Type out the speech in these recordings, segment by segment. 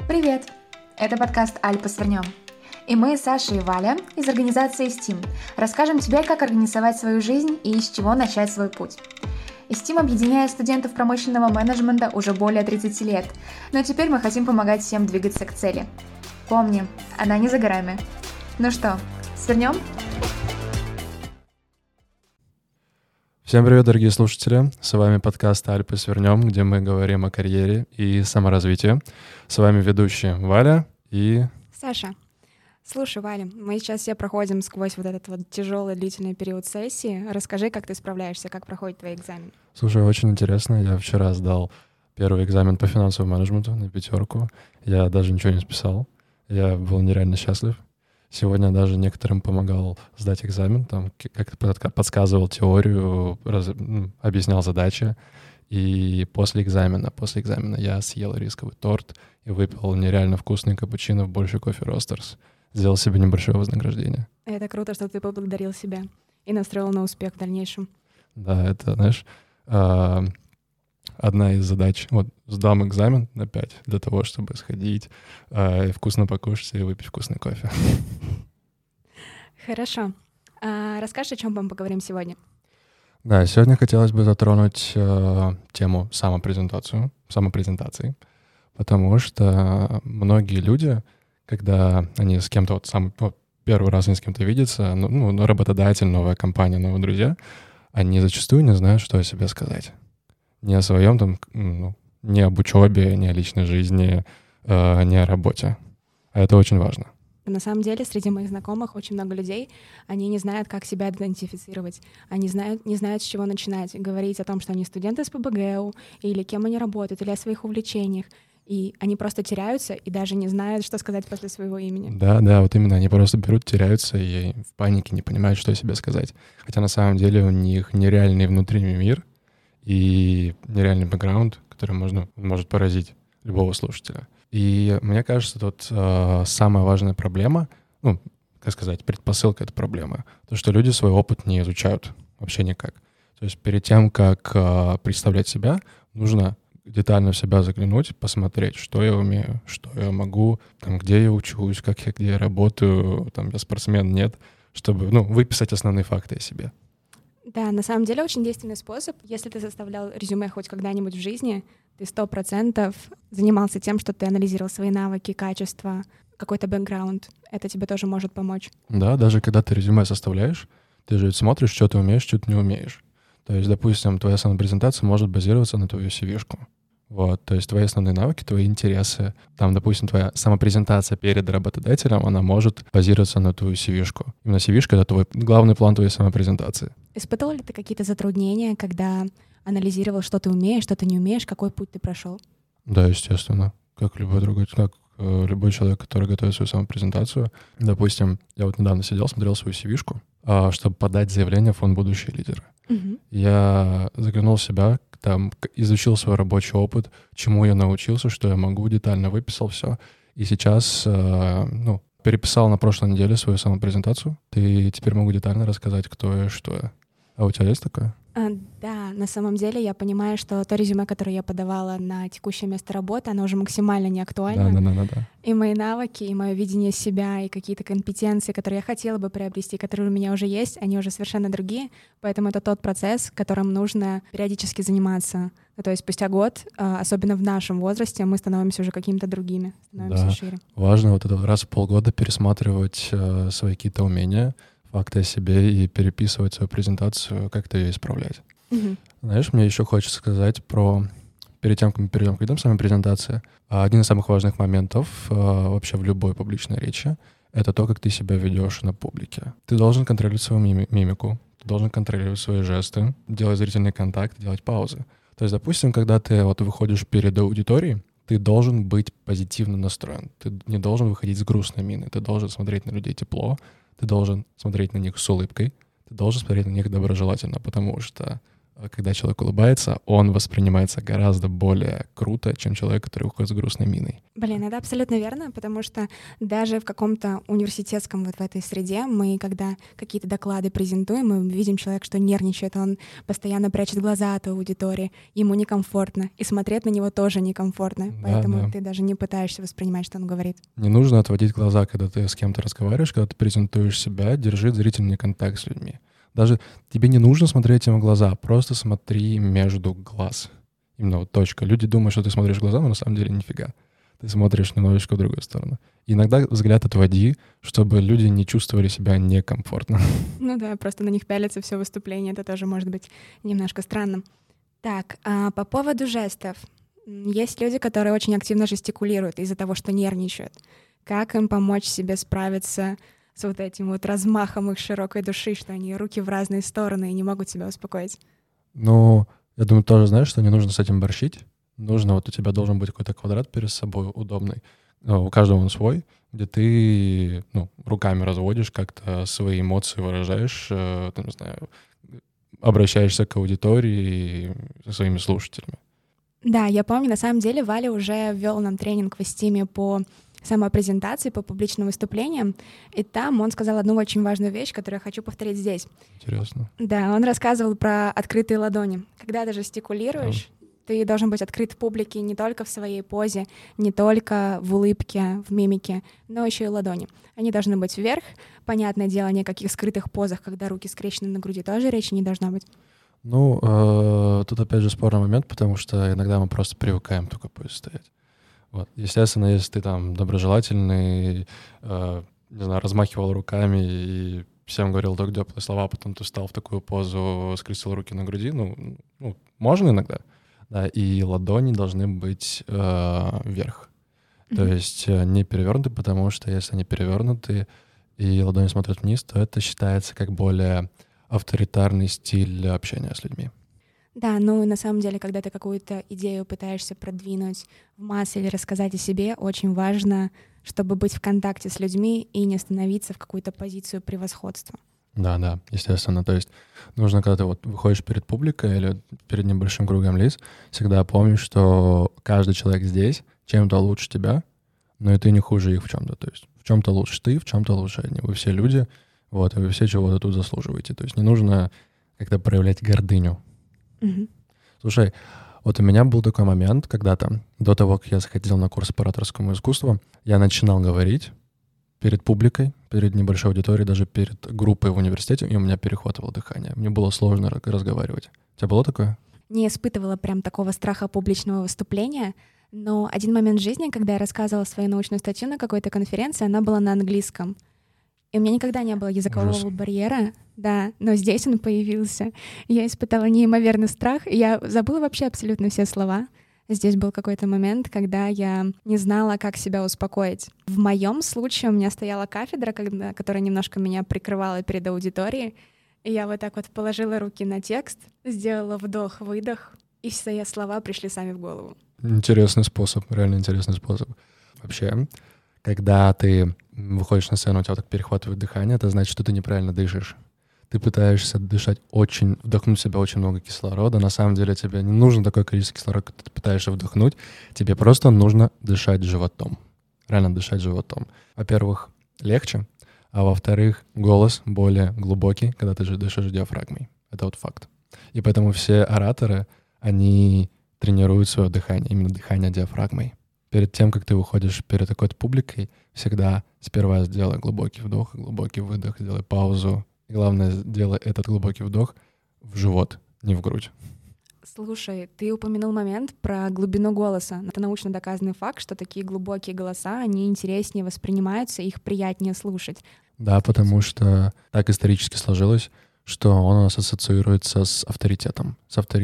Привет! Это подкаст «Альпы свернем». И мы, Саша и Валя, из организации STEAM, расскажем тебе, как организовать свою жизнь и с чего начать свой путь. STEAM объединяет студентов промышленного менеджмента уже более 30 лет, но теперь мы хотим помогать всем двигаться к цели. Помни, она не за горами. Ну что, свернем? Всем привет, дорогие слушатели! С вами подкаст «Альпы свернем», где мы говорим о карьере и саморазвитии. С вами ведущие Валя и... Саша. Слушай, Валя, мы сейчас все проходим сквозь вот этот вот тяжелый длительный период сессии. Расскажи, как ты справляешься, как проходит твой экзамен. Слушай, очень интересно. Я вчера сдал первый экзамен по финансовому менеджменту на 5. Я даже ничего не списал. Я был нереально счастлив. Сегодня даже некоторым помогал сдать экзамен, там как-то подсказывал теорию, объяснял задачи. И после экзамена я съел рисковый торт и выпил нереально вкусный капучино в большой кофе Ростерс. Сделал себе небольшое вознаграждение. Это круто, что ты поблагодарил себя и настроил на успех в дальнейшем. Да, это, знаешь, одна из задач. Вот сдам экзамен на 5 для того, чтобы сходить, вкусно покушать и выпить вкусный кофе. Хорошо. Расскажи, о чем мы поговорим сегодня. Да, сегодня хотелось бы затронуть тему самопрезентации, потому что многие люди, когда они с кем-то первый раз они с кем-то видятся, работодатель, новая компания, новые друзья, они зачастую не знают, что о себе сказать. Не о своем там, не об учебе, не о личной жизни, не о работе. А это очень важно. На самом деле, среди моих знакомых очень много людей, они не знают, как себя идентифицировать. Они не знают, с чего начинать. Говорить о том, что они студенты с ПБГУ, или кем они работают, или о своих увлечениях. И они просто теряются и даже не знают, что сказать после своего имени. Да, вот именно. Они просто берут, теряются и в панике не понимают, что о себе сказать. Хотя на самом деле у них нереальный внутренний мир и нереальный бэкграунд, который может поразить любого слушателя. И мне кажется, тут самая важная проблема, предпосылка этой проблемы, то, что люди свой опыт не изучают вообще никак. То есть перед тем, как представлять себя, нужно детально в себя заглянуть, посмотреть, что я умею, что я могу, где я учусь, где я работаю, я спортсмен, нет, чтобы выписать основные факты о себе. Да, на самом деле очень действенный способ. Если ты составлял резюме хоть когда-нибудь в жизни, ты 100% занимался тем, что ты анализировал свои навыки, качества, какой-то бэкграунд. Это тебе тоже может помочь. Да, даже когда ты резюме составляешь, ты же смотришь, что ты умеешь, что ты не умеешь. То есть, допустим, твоя самопрезентация может базироваться на твою CV-шку. Вот, то есть твои основные навыки, твои интересы. Допустим, твоя самопрезентация перед работодателем, она может базироваться на твою CV-шку. Именно CV-шка — это твой главный план твоей самопрезентации. Испытывал ли ты какие-то затруднения, когда анализировал, что ты умеешь, что ты не умеешь, какой путь ты прошел? Да, естественно. Как любой человек, который готовит свою самопрезентацию. Допустим, я недавно сидел, смотрел свою CV-шку, чтобы подать заявление в фонд «Будущие лидеры». Угу. Я заглянул в себя, изучил свой рабочий опыт, чему я научился, что я могу, детально выписал все. И сейчас, переписал на прошлой неделе свою самопрезентацию. И теперь могу детально рассказать, кто я, что я. А у тебя есть такое? Да, на самом деле я понимаю, что то резюме, которое я подавала на текущее место работы, оно уже максимально не актуально. Да. И мои навыки, и мое видение себя, и какие-то компетенции, которые я хотела бы приобрести, которые у меня уже есть, они уже совершенно другие. Поэтому это тот процесс, которым нужно периодически заниматься. То есть спустя год, особенно в нашем возрасте, мы становимся уже какими-то другими, становимся шире. Важно раз в полгода пересматривать свои какие-то умения, факты о себе и переписывать свою презентацию, как-то ее исправлять. Угу. Знаешь, мне еще хочется сказать перед тем, как мы перейдем к видам самой презентации, один из самых важных моментов вообще в любой публичной речи — это то, как ты себя ведешь на публике. Ты должен контролировать свою мимику, ты должен контролировать свои жесты, делать зрительный контакт, делать паузы. То есть, допустим, когда ты выходишь перед аудиторией, ты должен быть позитивно настроен. Ты не должен выходить с грустной миной. Ты должен смотреть на людей тепло, ты должен смотреть на них с улыбкой, ты должен смотреть на них доброжелательно, потому что когда человек улыбается, он воспринимается гораздо более круто, чем человек, который уходит с грустной миной. Блин, это абсолютно верно, потому что даже в каком-то университетском вот в этой среде мы, когда какие-то доклады презентуем, мы видим человека, что нервничает, он постоянно прячет глаза от аудитории, ему некомфортно, и смотреть на него тоже некомфортно, поэтому ты даже не пытаешься воспринимать, что он говорит. Не нужно отводить глаза, когда ты с кем-то разговариваешь, когда ты презентуешь себя, держи зрительный контакт с людьми. Даже тебе не нужно смотреть им в глаза, просто смотри между глаз. Именно вот точка. Люди думают, что ты смотришь в глаза, но на самом деле нифига. Ты смотришь немножечко в другую сторону. И иногда взгляд отводи, чтобы люди не чувствовали себя некомфортно. Ну да, просто на них пялится все выступление, это тоже может быть немножко странным. Так, а по поводу жестов. Есть люди, которые очень активно жестикулируют из-за того, что нервничают. Как им помочь себе справиться с вот этим вот размахом их широкой души, что они руки в разные стороны и не могут себя успокоить? Ну, я думаю, тоже знаешь, что не нужно с этим борщить. Нужно, вот у тебя должен быть какой-то квадрат перед собой удобный. У каждого он свой, где ты руками разводишь, как-то свои эмоции выражаешь, не знаю, обращаешься к аудитории со своими слушателями. Да, я помню, на самом деле Валя уже ввел нам тренинг в Истиме по самопрезентации, по публичным выступлениям, и там он сказал одну очень важную вещь, которую я хочу повторить здесь. Интересно. Да, он рассказывал про открытые ладони. Когда ты жестикулируешь, ты должен быть открыт в публике не только в своей позе, не только в улыбке, в мимике, но еще и ладони. Они должны быть вверх. Понятное дело, ни о каких скрытых позах, когда руки скрещены на груди, тоже речи не должно быть. Тут опять же спорный момент, потому что иногда мы просто привыкаем только позе стоять. Вот. Естественно, если ты там доброжелательный, не знаю, размахивал руками и всем говорил только теплые слова, а потом ты встал в такую позу, скрестил руки на груди, можно иногда, да, и ладони должны быть вверх. То есть не перевернуты, потому что если они перевернуты и ладони смотрят вниз, то это считается как более авторитарный стиль общения с людьми. Да, и на самом деле, когда ты какую-то идею пытаешься продвинуть в массы или рассказать о себе, очень важно, чтобы быть в контакте с людьми и не становиться в какую-то позицию превосходства. Да, естественно. То есть нужно, когда ты выходишь перед публикой или перед небольшим кругом лиц, всегда помнить, что каждый человек здесь чем-то лучше тебя, но и ты не хуже их в чем-то. То есть в чем-то лучше ты, в чем-то лучше они. Вы все люди, и вы все чего-то тут заслуживаете. То есть не нужно как-то проявлять гордыню. Угу. Слушай, вот у меня был такой момент, когда-то, до того, как я заходил на курс по ораторскому искусству, я начинал говорить перед публикой, перед небольшой аудиторией, даже перед группой в университете, и у меня перехватывало дыхание. Мне было сложно разговаривать. У тебя было такое? Не испытывала прям такого страха публичного выступления, но один момент в жизни, когда я рассказывала свою научную статью на какой-то конференции, она была на английском. И у меня никогда не было языкового барьера, да, но здесь он появился. Я испытала неимоверный страх, и я забыла вообще абсолютно все слова. Здесь был какой-то момент, когда я не знала, как себя успокоить. В моем случае у меня стояла кафедра, которая немножко меня прикрывала перед аудиторией, и я вот так вот положила руки на текст, сделала вдох-выдох, и все слова пришли сами в голову. Интересный способ, реально интересный способ. Вообще, когда ты выходишь на сцену, у тебя так перехватывает дыхание, это значит, что ты неправильно дышишь. Ты пытаешься вдохнуть в себя очень много кислорода. На самом деле тебе не нужно такое количество кислорода, как ты пытаешься вдохнуть. Тебе просто нужно дышать животом. Реально дышать животом. Во-первых, легче, а во-вторых, голос более глубокий, когда ты же дышишь диафрагмой. Это вот факт. И поэтому все ораторы, они тренируют свое дыхание, именно дыхание диафрагмой. Перед тем, как ты выходишь перед такой публикой, всегда сперва сделай глубокий вдох, глубокий выдох, сделай паузу. И главное, сделай этот глубокий вдох в живот, не в грудь. Слушай, ты упомянул момент про глубину голоса. Это научно доказанный факт, что такие глубокие голоса, они интереснее воспринимаются, их приятнее слушать. Да, потому что так исторически сложилось, что он у нас ассоциируется с авторитетом,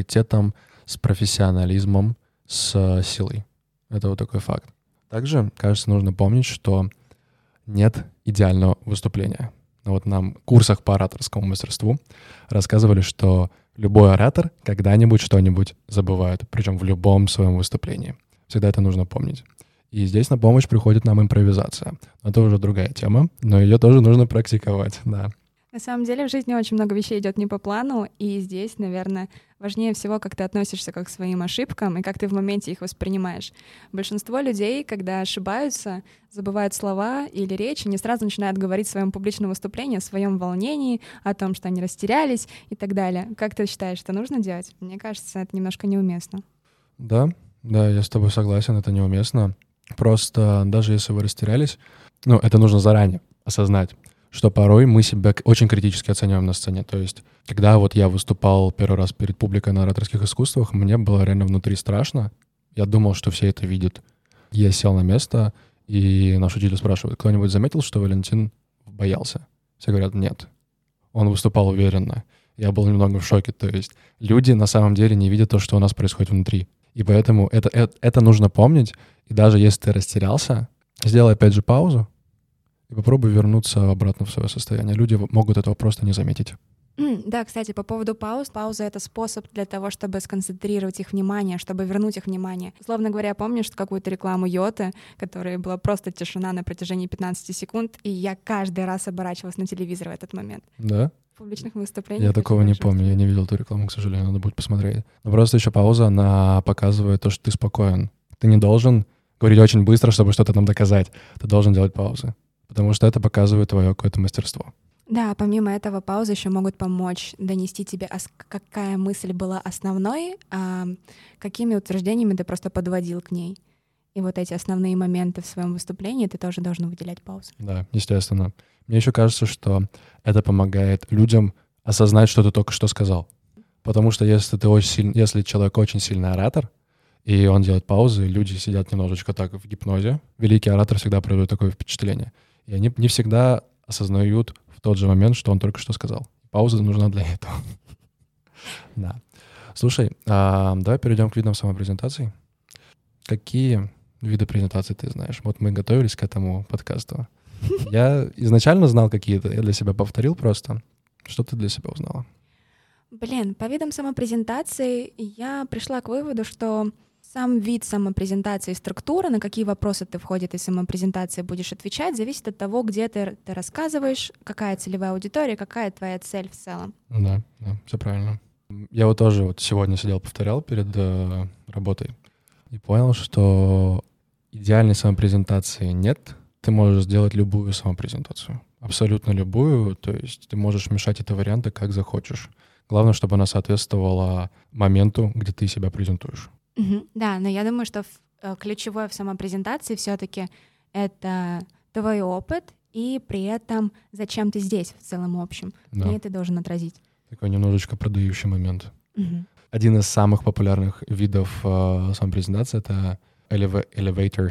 с профессионализмом, с силой. Это вот такой факт. Также, кажется, нужно помнить, что нет идеального выступления. Вот нам в курсах по ораторскому мастерству рассказывали, что любой оратор когда-нибудь что-нибудь забывает, причем в любом своем выступлении. Всегда это нужно помнить. И здесь на помощь приходит нам импровизация. Это уже другая тема, но ее тоже нужно практиковать, да. На самом деле в жизни очень много вещей идет не по плану, и здесь, наверное, важнее всего, как ты относишься к своим ошибкам и как ты в моменте их воспринимаешь. Большинство людей, когда ошибаются, забывают слова или речь, они сразу начинают говорить в своем публичном выступлении о своем волнении, о том, что они растерялись и так далее. Как ты считаешь, это нужно делать? Мне кажется, это немножко неуместно. Да, я с тобой согласен, это неуместно. Просто даже если вы растерялись, это нужно заранее осознать, что порой мы себя очень критически оцениваем на сцене. То есть, когда вот я выступал первый раз перед публикой на ораторских искусствах, мне было реально внутри страшно. Я думал, что все это видят. Я сел на место, и наш учитель спрашивает, кто-нибудь заметил, что Валентин боялся? Все говорят, нет. Он выступал уверенно. Я был немного в шоке. То есть люди на самом деле не видят то, что у нас происходит внутри. И поэтому это нужно помнить. И даже если ты растерялся, сделай опять же паузу, и попробуй вернуться обратно в свое состояние. Люди могут этого просто не заметить. Да, кстати, по поводу пауз. Пауза — это способ для того, чтобы сконцентрировать их внимание, чтобы вернуть их внимание. Условно говоря, помнишь какую-то рекламу Йоты, которая была просто тишина на протяжении 15 секунд, и я каждый раз оборачивалась на телевизор в этот момент. Да? В публичных выступлениях. Я такого не помню, я не видел эту рекламу, к сожалению, надо будет посмотреть. Но просто еще пауза, она показывает то, что ты спокоен. Ты не должен говорить очень быстро, чтобы что-то нам доказать. Ты должен делать паузы. Потому что это показывает твое какое-то мастерство. Да, помимо этого, паузы еще могут помочь донести тебе, какая мысль была основной, а какими утверждениями ты просто подводил к ней. И вот эти основные моменты в своем выступлении ты тоже должен выделять паузы. Да, естественно. Мне еще кажется, что это помогает людям осознать, что ты только что сказал. Потому что если человек очень сильный оратор, и он делает паузы, люди сидят немножечко так в гипнозе, великий оратор всегда производит такое впечатление. И они не всегда осознают в тот же момент, что он только что сказал. Пауза нужна для этого. Да. Слушай, давай перейдем к видам самопрезентации. Какие виды презентации ты знаешь? Вот мы готовились к этому подкасту. Я изначально знал какие-то, я для себя повторил просто. Что ты для себя узнала? По видам самопрезентации я пришла к выводу, что сам вид самопрезентации и структура, на какие вопросы ты в ходе этой самопрезентации будешь отвечать, зависит от того, где ты рассказываешь, какая целевая аудитория, какая твоя цель в целом. Да, все правильно. Я вот тоже сегодня сидел, повторял перед работой и понял, что идеальной самопрезентации нет. Ты можешь сделать любую самопрезентацию, абсолютно любую, то есть ты можешь мешать эти варианты как захочешь. Главное, чтобы она соответствовала моменту, где ты себя презентуешь. Да, но я думаю, что ключевое в самопрезентации все-таки это твой опыт и при этом зачем ты здесь в целом общем. Да. И ты должен отразить. Такой немножечко продающий момент. Один из самых популярных видов самопрезентации — это elevator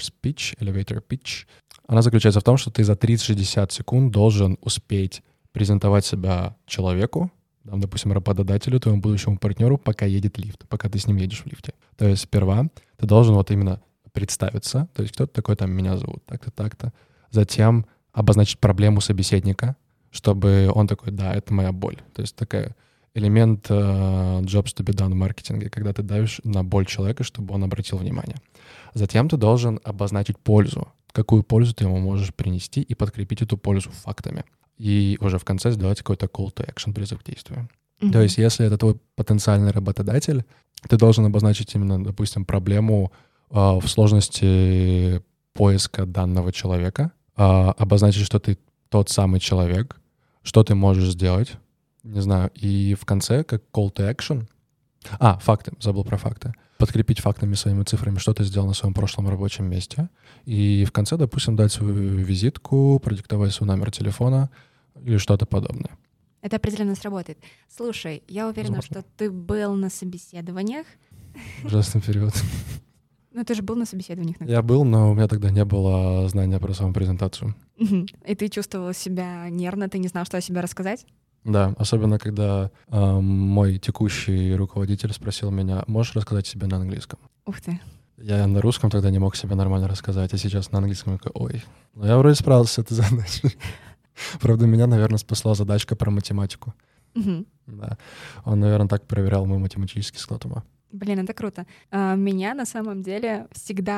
pitch. Она заключается в том, что ты за 30-60 секунд должен успеть презентовать себя человеку, допустим, работодателю, твоему будущему партнеру, пока едет лифт, пока ты с ним едешь в лифте. То есть сперва ты должен вот именно представиться, то есть кто-то такой, там, меня зовут, так-то, так-то. Затем обозначить проблему собеседника, чтобы он такой, да, это моя боль. То есть такой элемент jobs to be done в маркетинге, когда ты давишь на боль человека, чтобы он обратил внимание. Затем ты должен обозначить пользу, какую пользу ты ему можешь принести и подкрепить эту пользу фактами. И уже в конце сделать какой-то call to action, призыв к действию. То есть если это твой потенциальный работодатель, ты должен обозначить именно, допустим, проблему в сложности поиска данного человека, обозначить, что ты тот самый человек, что ты можешь сделать, не знаю, и в конце, как call to action, факты, забыл про факты, подкрепить фактами, своими цифрами, что ты сделал на своем прошлом рабочем месте, и в конце, допустим, дать свою визитку, продиктовать свой номер телефона или что-то подобное. Это определенно сработает. Слушай, я уверена, что ты был на собеседованиях. Ужасный период. Ну, ты же был на собеседованиях. Я был, но у меня тогда не было знания про самопрезентацию. И ты чувствовал себя нервно, ты не знал, что о себе рассказать? Да, особенно когда мой текущий руководитель спросил меня, можешь рассказать себе на английском? Ух ты. Я на русском тогда не мог себе нормально рассказать, а сейчас на английском я такой, ой, ну я вроде справился с этой задачей. Правда, меня, наверное, спасла задачка про математику. Да. Он, наверное, так проверял мой математический склад ума. Блин, это круто. Меня на самом деле всегда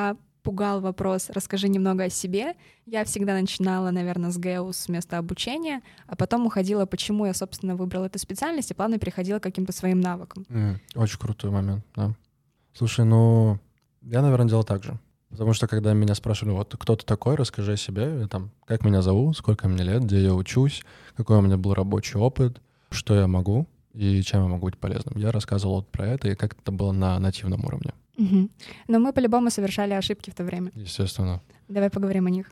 пугал вопрос «расскажи немного о себе», я всегда начинала, наверное, с ГЭУ, с места обучения, а потом уходила, почему я, собственно, выбрала эту специальность, и плавно переходила к каким-то своим навыкам. Очень крутой момент, да. Слушай, я, наверное, делал так же. Потому что, когда меня спрашивали, вот кто ты такой, расскажи о себе, как меня зовут, сколько мне лет, где я учусь, какой у меня был рабочий опыт, что я могу и чем я могу быть полезным. Я рассказывал про это, и как это было на нативном уровне. Угу. Но мы по-любому совершали ошибки в то время. Естественно. Давай поговорим о них.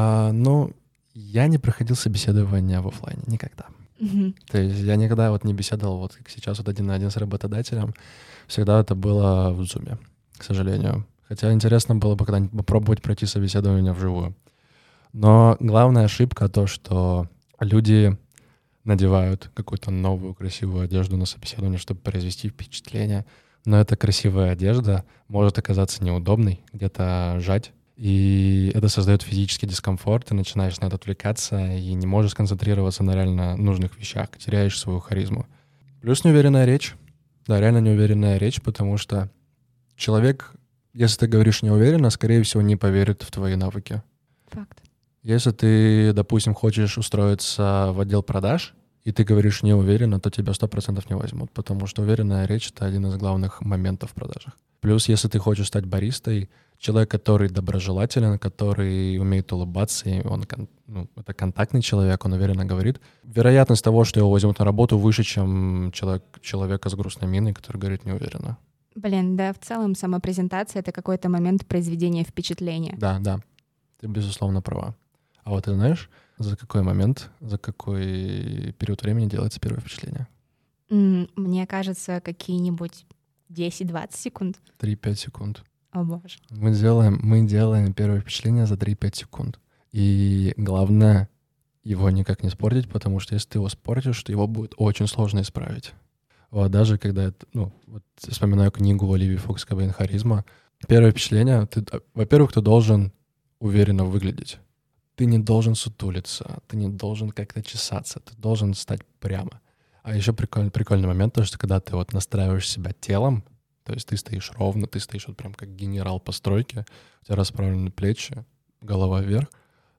Я не проходил собеседование в офлайне никогда. Угу. То есть я никогда не беседовал, как сейчас, один на один с работодателем. Всегда это было в Zoom, к сожалению. Хотя интересно было бы когда-нибудь попробовать пройти собеседование вживую. Но главная ошибка то, что люди надевают какую-то новую красивую одежду на собеседование, чтобы произвести впечатление. Но эта красивая одежда может оказаться неудобной, где-то жать. И это создает физический дискомфорт, ты начинаешь на это отвлекаться и не можешь сконцентрироваться на реально нужных вещах, теряешь свою харизму. Плюс неуверенная речь. Да, реально неуверенная речь, потому что человек, если ты говоришь неуверенно, скорее всего, не поверит в твои навыки. Факт. Если ты, допустим, хочешь устроиться в отдел продаж, и ты говоришь неуверенно, то тебя 100% не возьмут, потому что уверенная речь — это один из главных моментов в продажах. Плюс, если ты хочешь стать баристой, человек, который доброжелателен, который умеет улыбаться, и он это контактный человек, он уверенно говорит, вероятность того, что его возьмут на работу, выше, чем человека с грустной миной, который говорит неуверенно. Да, в целом самопрезентация — это какой-то момент произведения впечатления. Да, ты, безусловно, права. А вот ты знаешь, за какой момент, за какой период времени делается первое впечатление? Мне кажется, какие-нибудь 10-20 секунд. 3-5 секунд. О боже. Мы делаем первое впечатление за 3-5 секунд. И главное, его никак не испортить, потому что если ты его испортишь, то его будет очень сложно исправить. Даже когда вспоминаю книгу Оливии Фокс «Кобейн. Харизма», первое впечатление, во-первых, ты должен уверенно выглядеть. Ты не должен сутулиться, ты не должен как-то чесаться, ты должен стать прямо. А еще прикольный момент, то, что когда ты настраиваешь себя телом, то есть ты стоишь ровно, ты стоишь прям как генерал по стройке, у тебя расправлены плечи, голова вверх,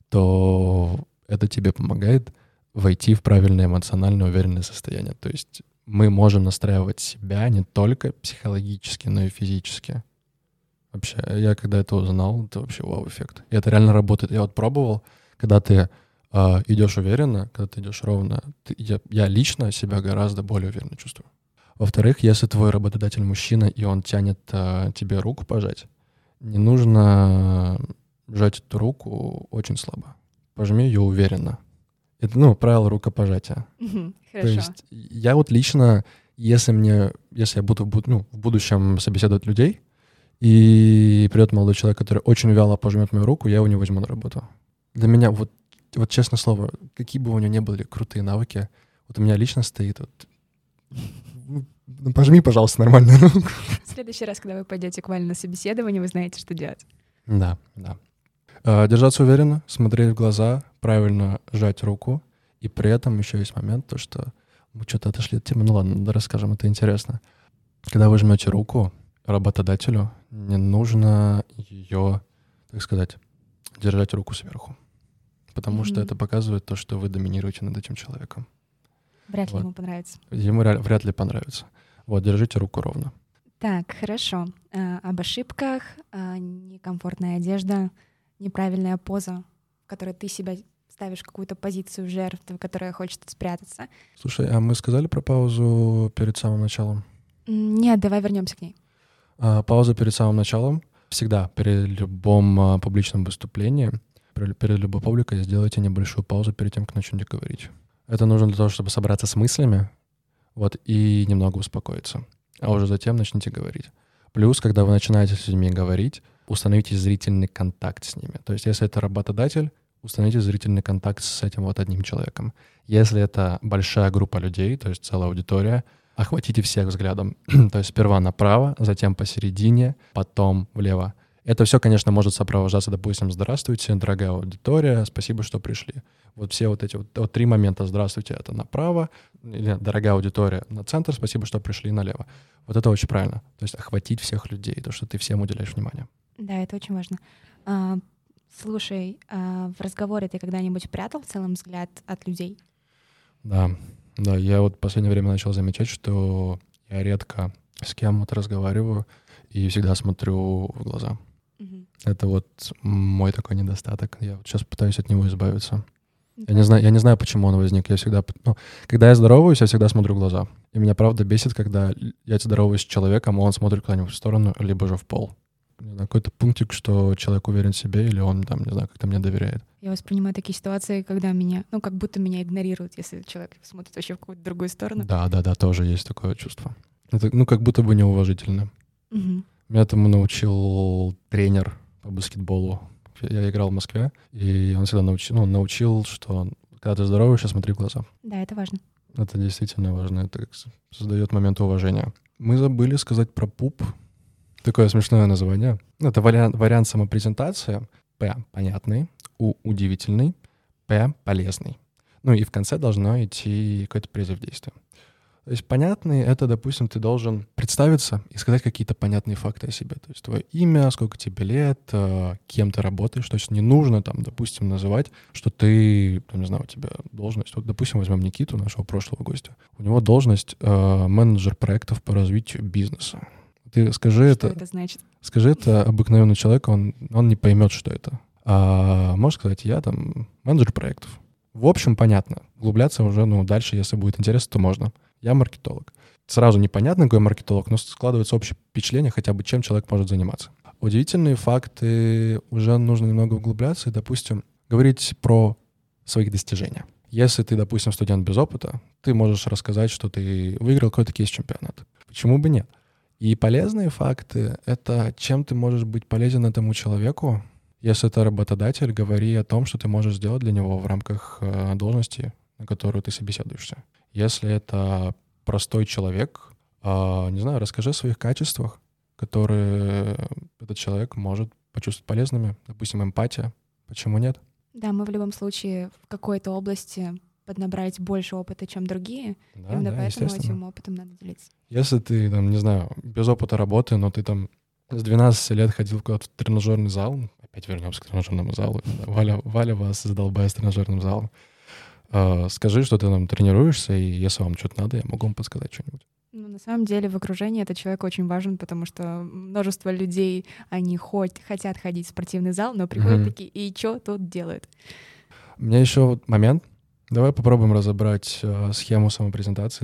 то это тебе помогает войти в правильное эмоционально уверенное состояние. То есть мы можем настраивать себя не только психологически, но и физически. Вообще, я когда это узнал, это вообще вау-эффект. И это реально работает. Я пробовал, когда ты идешь уверенно, когда ты идешь ровно, я лично себя гораздо более уверенно чувствую. Во-вторых, если твой работодатель мужчина, и он тянет тебе руку пожать, не нужно сжать эту руку очень слабо. Пожми ее уверенно. Это, правило рукопожатия. Хорошо. То есть я лично, если я буду в будущем собеседовать людей, и придет молодой человек, который очень вяло пожмет мою руку, я его не возьму на работу. Для меня, честное слово, какие бы у него ни были крутые навыки, у меня лично стоит пожми, пожалуйста, нормально руку. В следующий раз, когда вы пойдете к Вале на собеседование, вы знаете, что делать. Да. Держаться уверенно, смотреть в глаза, правильно сжать руку. И при этом еще есть момент, то, что мы что-то отошли от темы. Ладно, расскажем, это интересно. Когда вы жмете руку работодателю, не нужно ее, так сказать, держать руку сверху. Потому что это показывает то, что вы доминируете над этим человеком. Вряд ли ему понравится. Ему вряд ли понравится. Держите руку ровно. Так, хорошо. Об ошибках, некомфортная одежда, неправильная поза, в которой ты себя ставишь в какую-то позицию жертвы, которая хочет спрятаться. Слушай, а мы сказали про паузу перед самым началом? Нет, давай вернемся к ней. Пауза перед самым началом. Всегда перед любым публичным выступлением, перед любой публикой сделайте небольшую паузу перед тем, как начнете говорить. Это нужно для того, чтобы собраться с мыслями, и немного успокоиться. А уже затем начните говорить. Плюс, когда вы начинаете с людьми говорить, установите зрительный контакт с ними. То есть, если это работодатель, установите зрительный контакт с этим одним человеком. Если это большая группа людей, то есть целая аудитория, охватите всех взглядом. То есть сперва направо, затем посередине, потом влево. Это все, конечно, может сопровождаться, допустим, «Здравствуйте, дорогая аудитория, спасибо, что пришли». Все эти 3 момента «Здравствуйте» — это направо, или «Дорогая аудитория» — на центр, «Спасибо, что пришли» — налево. Это очень правильно. То есть охватить всех людей, то, что ты всем уделяешь внимание. Да, это очень важно. Слушай, в разговоре ты когда-нибудь прятал в целом взгляд от людей? Да, я вот в последнее время начал замечать, что я редко с кем-то разговариваю и всегда смотрю в глаза. Это вот мой такой недостаток. Я вот сейчас пытаюсь от него избавиться. Я не знаю, почему он возник. Я всегда, когда я здороваюсь, я всегда смотрю в глаза. И меня правда бесит, когда я здороваюсь с человеком, а он смотрит куда-нибудь в сторону, либо же в пол. Не знаю, какой-то пунктик, что человек уверен в себе, или он там, не знаю, как-то мне доверяет. Я воспринимаю такие ситуации, когда меня, как будто меня игнорируют, если человек смотрит вообще в какую-то другую сторону. Да, тоже есть такое чувство. Это, как будто бы неуважительно. Меня этому научил тренер по баскетболу. Я играл в Москве, и он всегда научил, что когда ты здороваешься, смотри в глаза. Да, это важно. Это действительно важно. Это создает момент уважения. Мы забыли сказать про пуп. Такое смешное название. Это вариант самопрезентации. П — понятный, У — удивительный, П — полезный. И в конце должно идти какой-то призыв действия. То есть понятный — это, допустим, ты должен представиться и сказать какие-то понятные факты о себе. То есть твое имя, сколько тебе лет, кем ты работаешь. То есть не нужно, допустим, называть, что ты, не знаю, у тебя должность. Вот, допустим, возьмем Никиту, нашего прошлого гостя. У него должность менеджер проектов по развитию бизнеса. Ты скажи что это значит? Скажи это обыкновенному человеку, он не поймет, что это. А можешь сказать, я менеджер проектов. В общем, понятно. Углубляться уже, дальше, если будет интересно, то можно. Я маркетолог. Сразу непонятно, какой маркетолог, но складывается общее впечатление хотя бы, чем человек может заниматься. Удивительные факты, уже нужно немного углубляться и, допустим, говорить про свои достижения. Если ты, допустим, студент без опыта, ты можешь рассказать, что ты выиграл какой-то кейс-чемпионат. Почему бы нет? И полезные факты — это чем ты можешь быть полезен этому человеку. Если это работодатель, говори о том, что ты можешь сделать для него в рамках должности, на которую ты собеседуешься. Если это простой человек, не знаю, расскажи о своих качествах, которые этот человек может почувствовать полезными. Допустим, эмпатия. Почему нет? Да, мы в любом случае в какой-то области поднабрать больше опыта, чем другие. Да, именно поэтому этим опытом надо делиться. Если ты, не знаю, без опыта работы, но ты с 12 лет ходил куда-то в тренажерный зал, опять вернемся к тренажерному залу, Валя вас задолбает с тренажерным залом, скажи, что ты тренируешься, и если вам что-то надо, я могу вам подсказать что-нибудь. На самом деле в окружении этот человек очень важен, потому что множество людей, они хотят ходить в спортивный зал, но приходят такие, и что тут делают? У меня еще момент. Давай попробуем разобрать схему самопрезентации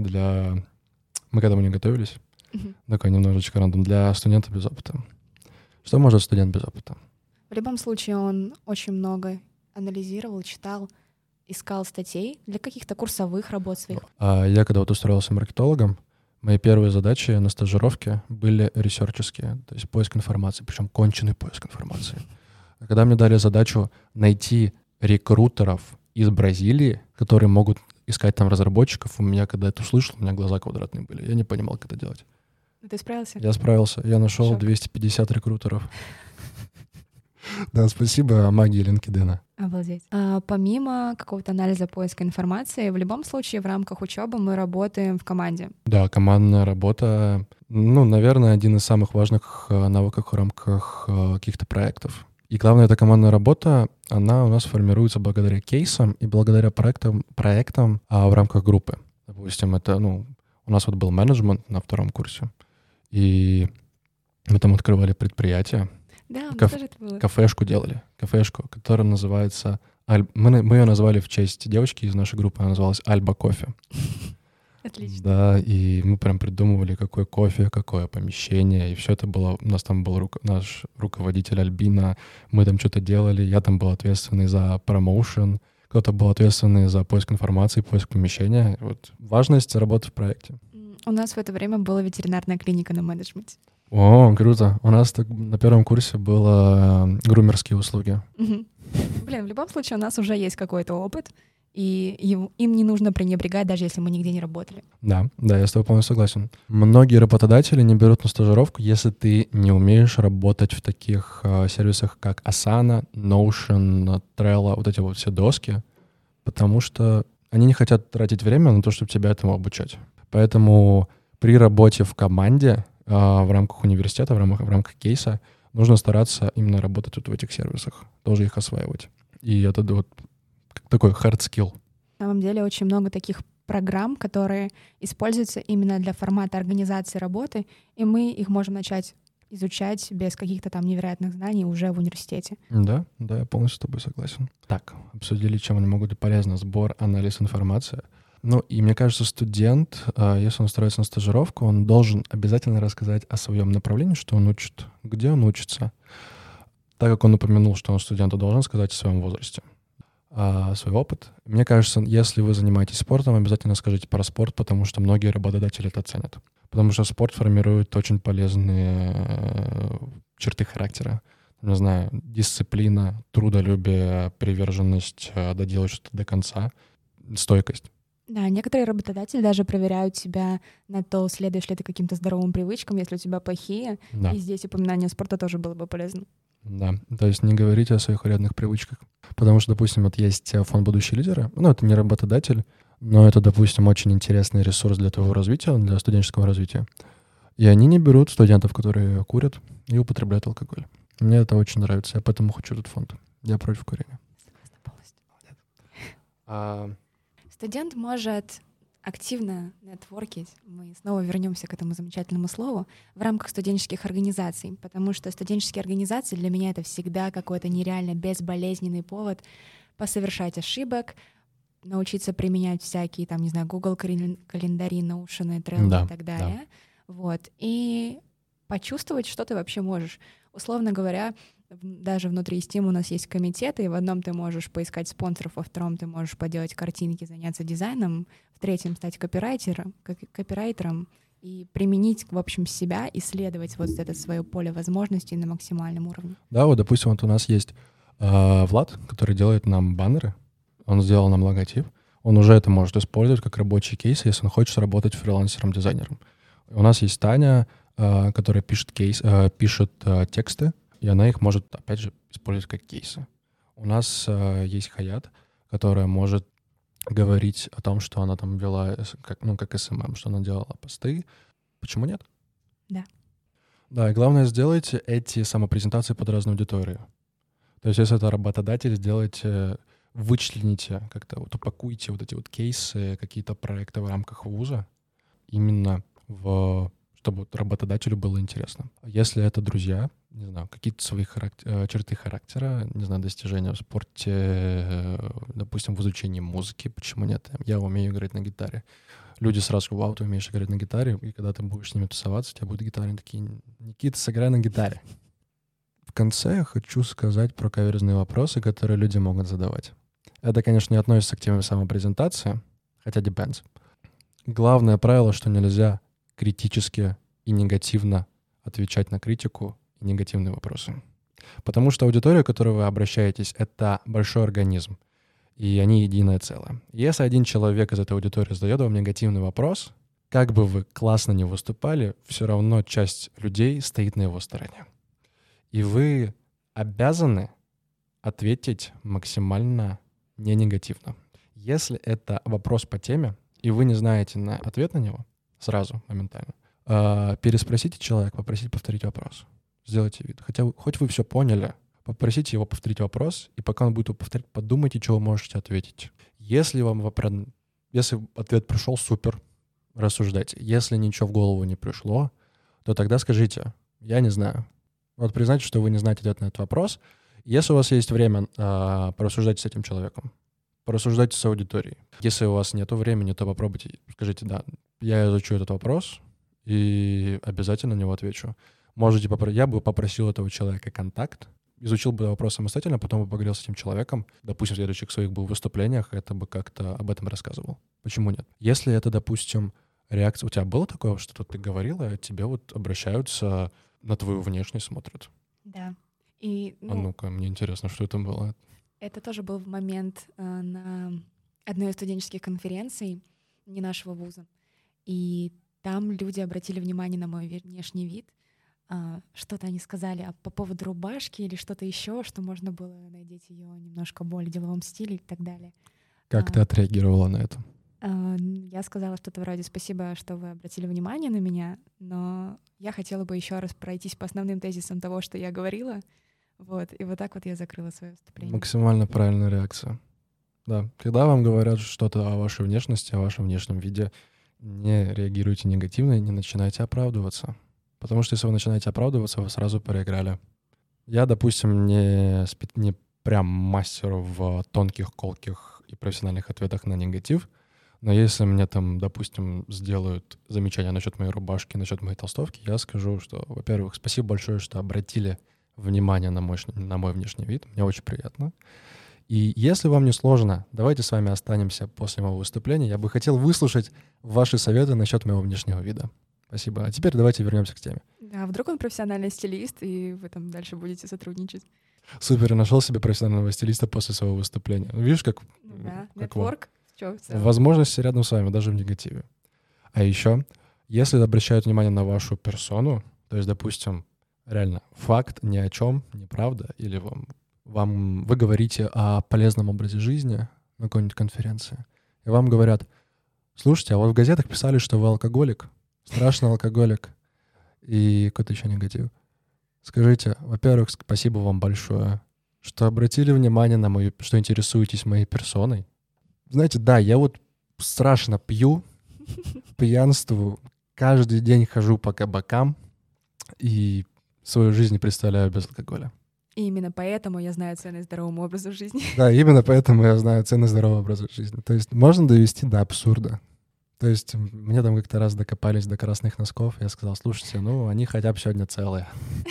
Мы к этому не готовились. Такой немножечко рандом. Для студента без опыта. Что может студент без опыта? В любом случае он очень много анализировал, читал, искал статей для каких-то курсовых работ своих. Я когда устроился маркетологом, мои первые задачи на стажировке были ресерчерские, то есть поиск информации, причем конченый поиск информации. Когда мне дали задачу найти рекрутеров из Бразилии, которые могут искать там разработчиков, у меня, когда это услышал, у меня глаза квадратные были. Я не понимал, как это делать. Ты справился? Я справился. Я нашел Шок. 250 рекрутеров. Да, спасибо магии LinkedIn. Обалдеть. Помимо какого-то анализа поиска информации, в любом случае в рамках учебы мы работаем в команде. Да, командная работа, наверное, один из самых важных навыков в рамках каких-то проектов. И главное, эта командная работа, она у нас формируется благодаря кейсам и благодаря проектам в рамках группы. Допустим, это, у нас был менеджмент на 2 курсе, и мы там открывали предприятие. Да, у нас тоже это было. Кафешку делали, которая называется... Мы ее назвали в честь девочки из нашей группы, она называлась Альба Кофе. Отлично. Да, и мы прям придумывали, какой кофе, какое помещение, и все это было... У нас там был наш руководитель Альбина, мы там что-то делали, я там был ответственный за промоушен, кто-то был ответственный за поиск информации, поиск помещения. Вот. Важность работы в проекте. У нас в это время была ветеринарная клиника на менеджменте. О, круто. У нас на 1 курсе было грумерские услуги. В любом случае у нас уже есть какой-то опыт, и им не нужно пренебрегать, даже если мы нигде не работали. Да, я с тобой полностью согласен. Многие работодатели не берут на стажировку, если ты не умеешь работать в таких сервисах, как Asana, Notion, Trello, вот эти вот все доски, потому что они не хотят тратить время на то, чтобы тебя этому обучать. Поэтому при работе в команде в рамках университета, в рамках кейса, нужно стараться именно работать вот в этих сервисах, тоже их осваивать. И это вот такой hard skill. На самом деле очень много таких программ, которые используются именно для формата организации работы, и мы их можем начать изучать без каких-то там невероятных знаний уже в университете. Да, я полностью с тобой согласен. Так, обсудили, чем они могут быть полезны. Сбор, анализ информации. Ну, и мне кажется, студент, если он устроится на стажировку, он должен обязательно рассказать о своем направлении, что он учит, где он учится. Так как он упомянул, что он студент, он должен сказать о своем возрасте, свой опыт. Мне кажется, если вы занимаетесь спортом, обязательно скажите про спорт, потому что многие работодатели это ценят. Потому что спорт формирует очень полезные черты характера. Не знаю, дисциплина, трудолюбие, приверженность доделать что-то до конца, стойкость. Да, некоторые работодатели даже проверяют тебя на то, следуешь ли ты каким-то здоровым привычкам, если у тебя плохие. Да. И здесь упоминание спорта тоже было бы полезно. Да, то есть не говорите о своих вредных привычках. Потому что, допустим, вот есть фонд «Будущие лидеры». Ну, это не работодатель, но это, допустим, очень интересный ресурс для твоего развития, для студенческого развития. И они не берут студентов, которые курят и употребляют алкоголь. Мне это очень нравится, я поэтому хочу этот фонд. Я против курения. Студент может активно нетворкить, мы снова вернемся к этому замечательному слову, в рамках студенческих организаций, потому что студенческие организации для меня это всегда какой-то нереально безболезненный повод посовершать ошибок, научиться применять всякие, там, не знаю, Google календари, Notion, Trello и так далее. Да. Вот. И почувствовать, что ты вообще можешь. Условно говоря, даже внутри Steam у нас есть комитеты, и в одном ты можешь поискать спонсоров, во втором ты можешь поделать картинки, заняться дизайном, в третьем стать копирайтером и применить, в общем, себя, исследовать вот это свое поле возможностей на максимальном уровне. Да, вот, допустим, вот у нас есть Влад, который делает нам баннеры, он сделал нам логотип, он уже это может использовать как рабочий кейс, если он хочет работать фрилансером-дизайнером. У нас есть Таня, которая пишет тексты, и она их может, опять же, использовать как кейсы. У нас есть Хаят, которая может говорить о том, что она там вела, как СММ, что она делала посты. Почему нет? Да. Да, и главное, сделайте эти самопрезентации под разную аудиторию. То есть если это работодатель, сделайте, вычлените как-то, вот упакуйте вот эти вот кейсы, какие-то проекты в рамках вуза, именно чтобы работодателю было интересно. Если это друзья, не знаю, какие-то свои черты характера, не знаю, достижения в спорте, допустим, в изучении музыки, почему нет? Я умею играть на гитаре. Люди сразу говорят: вау, ты умеешь играть на гитаре, и когда ты будешь с ними тусоваться, у тебя будут гитары такие: Никита, сыграй на гитаре. В конце я хочу сказать про каверзные вопросы, которые люди могут задавать. Это, конечно, не относится к теме самопрезентации, хотя depends. Главное правило, что нельзя критически и негативно отвечать на критику и негативные вопросы. Потому что аудитория, к которой вы обращаетесь, это большой организм, и они единое целое. Если один человек из этой аудитории задает вам негативный вопрос, как бы вы классно не выступали, все равно часть людей стоит на его стороне. И вы обязаны ответить максимально не негативно. Если это вопрос по теме, и вы не знаете ответ на него, сразу, моментально, переспросите человека, попросите повторить вопрос. Сделайте вид. Хоть вы все поняли, попросите его повторить вопрос, и пока он будет его повторять, подумайте, что вы можете ответить. Если ответ пришел, супер, рассуждайте. Если ничего в голову не пришло, то тогда скажите: я не знаю. Вот признайте, что вы не знаете ответ на этот вопрос. Если у вас есть время, порассуждайте с этим человеком. Порассуждайте с аудиторией. Если у вас нет времени, то попробуйте, скажите: да, я изучу этот вопрос и обязательно на него отвечу. Я бы попросил этого человека контакт, изучил бы вопрос самостоятельно, потом бы поговорил с этим человеком, допустим, в следующих своих бы выступлениях, это бы как-то об этом рассказывал. Почему нет? Если это, допустим, реакция... У тебя было такое, что ты говорила, а тебе вот обращаются, на твою внешность смотрят? Да. А ну-ка, мне интересно, что это было. Это тоже был момент на одной из студенческих конференций не нашего вуза. И там люди обратили внимание на мой внешний вид. Что-то они сказали по поводу рубашки или что-то еще, что можно было надеть ее немножко более в деловом стиле и так далее. Как ты отреагировала на это? Я сказала что-то вроде «спасибо, что вы обратили внимание на меня», но я хотела бы еще раз пройтись по основным тезисам того, что я говорила. Вот. И вот так вот я закрыла свое выступление. Максимально правильная реакция. Да. Когда вам говорят что-то о вашей внешности, о вашем внешнем виде, не реагируйте негативно и не начинайте оправдываться. Потому что если вы начинаете оправдываться, вы сразу проиграли. Я, допустим, не прям мастер в тонких, колких и профессиональных ответах на негатив, но если мне там, допустим, сделают замечание насчет моей рубашки, насчет моей толстовки, я скажу, что, во-первых, спасибо большое, что обратили внимание на мой внешний вид. Мне очень приятно. И если вам не сложно, давайте с вами останемся после моего выступления. Я бы хотел выслушать ваши советы насчет моего внешнего вида. Спасибо. А теперь давайте вернемся к теме. Да, вдруг он профессиональный стилист, и вы там дальше будете сотрудничать. Супер, я нашел себе профессионального стилиста после своего выступления. Видишь, как... Да, как нетворк. возможности рядом с вами, даже в негативе. А еще, если обращают внимание на вашу персону, то есть, допустим, реально факт ни о чем, неправда, или вы говорите о полезном образе жизни на какой-нибудь конференции, и вам говорят: слушайте, а вот в газетах писали, что вы алкоголик, страшный алкоголик, и какой-то еще негатив. Скажите, во-первых, спасибо вам большое, что обратили внимание на что интересуетесь моей персоной. Знаете, да, я вот страшно пью, пьянствую, каждый день хожу по кабакам и свою жизнь представляю без алкоголя. И именно поэтому я знаю ценность здоровому образу жизни. Да, именно поэтому я знаю ценность здорового образа жизни. То есть можно довести до абсурда. То есть мне там как-то раз докопались до красных носков, я сказал: слушайте, они хотя бы сегодня целые.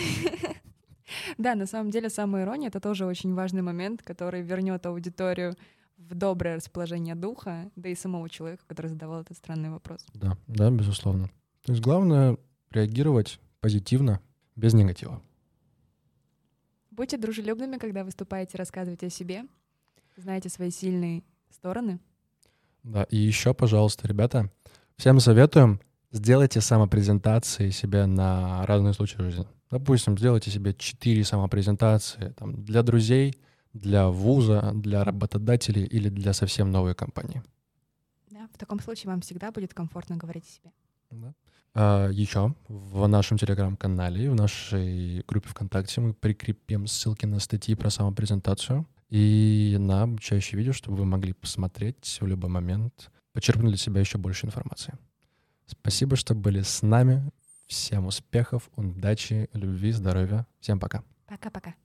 Да, на самом деле самоирония — это тоже очень важный момент, который вернет аудиторию в доброе расположение духа, да и самого человека, который задавал этот странный вопрос. Да, безусловно. То есть главное реагировать позитивно, без негатива. Будьте дружелюбными, когда выступаете, рассказывайте о себе, знайте свои сильные стороны. Да, и еще, пожалуйста, ребята, всем советуем, сделайте самопрезентации себе на разные случаи жизни. Допустим, сделайте себе 4 самопрезентации там, для друзей, для вуза, для работодателей или для совсем новой компании. Да, в таком случае вам всегда будет комфортно говорить о себе. Да. Еще в нашем телеграм-канале, в нашей группе ВКонтакте мы прикрепим ссылки на статьи про самопрезентацию и на обучающие видео, чтобы вы могли посмотреть в любой момент, почерпнуть для себя еще больше информации. Спасибо, что были с нами. Всем успехов, удачи, любви, здоровья. Всем пока. Пока-пока.